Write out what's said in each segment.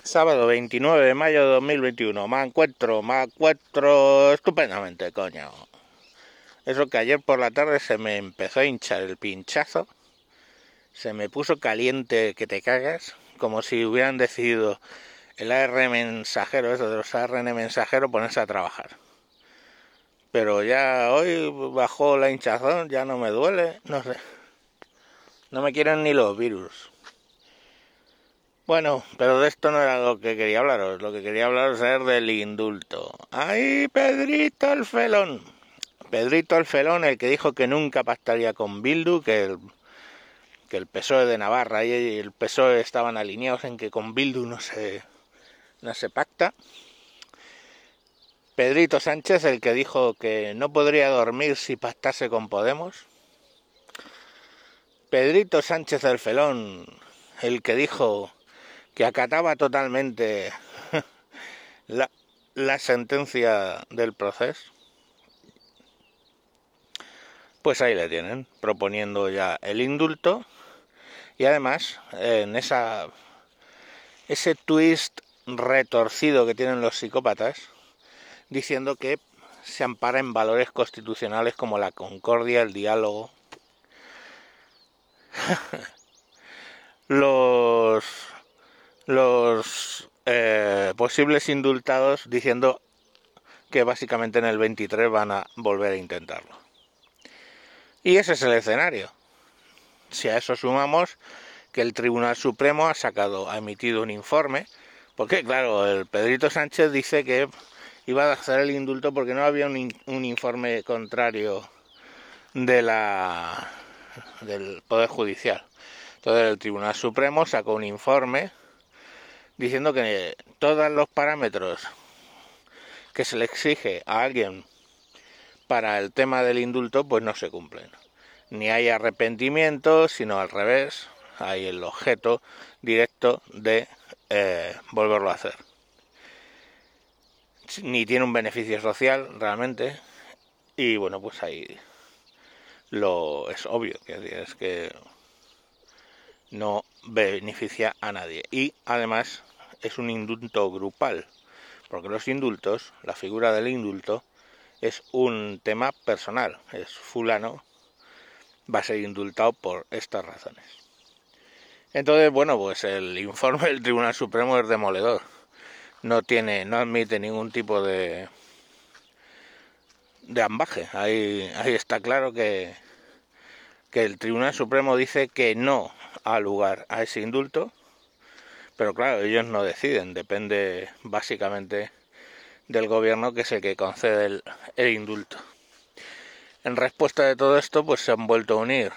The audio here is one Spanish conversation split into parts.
Sábado 29 de mayo de 2021. Me encuentro estupendamente, coño. Eso que ayer por la tarde se me empezó a hinchar el pinchazo. Se me puso caliente que te cagas. Como si hubieran decidido el AR mensajero, eso de los ARN mensajeros, ponerse a trabajar. Pero ya hoy bajó la hinchazón, ya no me duele, no sé. No me quieren ni los virus. Bueno, pero de esto no era lo que quería hablaros. Lo que quería hablaros es del indulto. ¡Ay, Pedrito el Felón! Pedrito el Felón, el que dijo que nunca pactaría con Bildu, que el PSOE de Navarra y el PSOE estaban alineados en que con Bildu no se pacta. Pedrito Sánchez, el que dijo que no podría dormir si pactase con Podemos. Pedrito Sánchez el Felón, el que dijo que acataba totalmente la sentencia del proceso. Pues ahí le tienen, proponiendo ya el indulto. Y además, en ese twist retorcido que tienen los psicópatas, diciendo que se ampara en valores constitucionales como la concordia, el diálogo. los posibles indultados diciendo que básicamente en el 23 van a volver a intentarlo. Y ese es el escenario. Si a eso sumamos que el Tribunal Supremo ha emitido un informe, porque claro, el Pedrito Sánchez dice que iba a hacer el indulto porque no había un informe contrario del Poder Judicial. Entonces el Tribunal Supremo sacó un informe diciendo que todos los parámetros que se le exige a alguien para el tema del indulto pues no se cumplen. Ni hay arrepentimiento, sino al revés, hay el objeto directo de volverlo a hacer. Ni tiene un beneficio social realmente, y bueno, pues ahí es obvio, que es que no beneficia a nadie. Y además es un indulto grupal, porque los indultos, la figura del indulto, es un tema personal, es fulano va a ser indultado por estas razones. Entonces, bueno, pues el informe del Tribunal Supremo es demoledor. No admite ningún tipo de ambaje. Ahí está claro que el Tribunal Supremo dice que no ha lugar a ese indulto, pero claro, ellos no deciden, depende básicamente del gobierno, que es el que concede el indulto. En respuesta de todo esto, pues se han vuelto a unir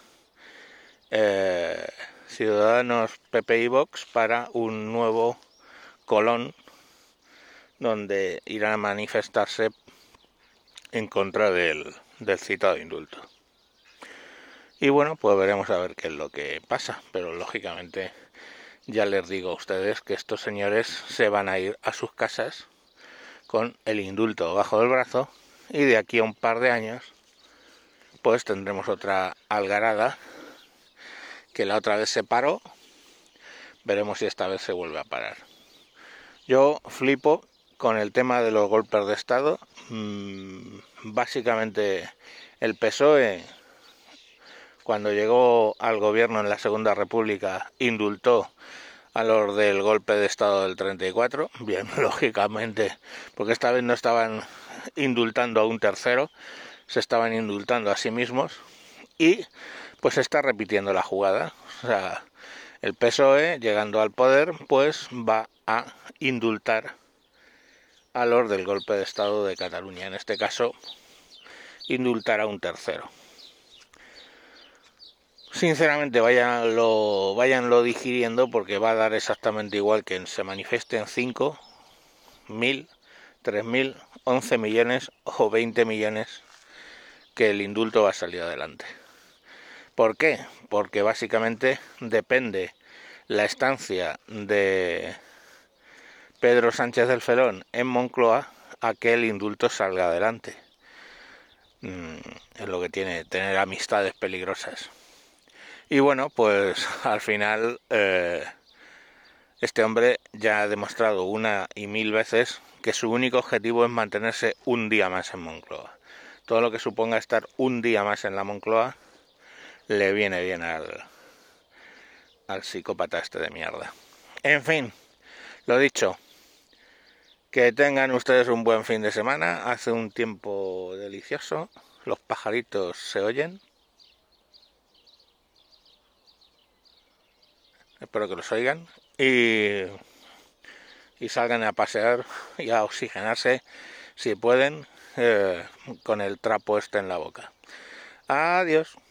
Ciudadanos, PP y Vox para un nuevo Colón, donde irán a manifestarse en contra del citado indulto. Y bueno, pues veremos a ver qué es lo que pasa, pero lógicamente ya les digo a ustedes que estos señores se van a ir a sus casas con el indulto bajo el brazo, y de aquí a un par de años pues tendremos otra algarada, que la otra vez se paró, veremos si esta vez se vuelve a parar. Yo flipo con el tema de los golpes de Estado. Básicamente el PSOE, cuando llegó al gobierno en la Segunda República, indultó a los del golpe de Estado del 34, bien, lógicamente, porque esta vez no estaban indultando a un tercero, se estaban indultando a sí mismos, y pues se está repitiendo la jugada. O sea, el PSOE, llegando al poder, pues va a indultar a los del golpe de Estado de Cataluña, en este caso indultar a un tercero. Sinceramente, váyanlo digiriendo, porque va a dar exactamente igual que se manifiesten 5, 1000, 3000, 11 millones o 20 millones, que el indulto va a salir adelante. ¿Por qué? Porque básicamente depende la estancia de Pedro Sánchez del Felón en Moncloa a que el indulto salga adelante. Es lo que tiene tener amistades peligrosas. Y bueno, pues al final Este hombre ya ha demostrado una y mil veces que su único objetivo es mantenerse un día más en Moncloa. Todo lo que suponga estar un día más en la Moncloa le viene bien al psicópata este de mierda. En fin, lo dicho, que tengan ustedes un buen fin de semana. Hace un tiempo delicioso, los pajaritos se oyen. Espero que los oigan y salgan a pasear y a oxigenarse si pueden con el trapo este en la boca. Adiós.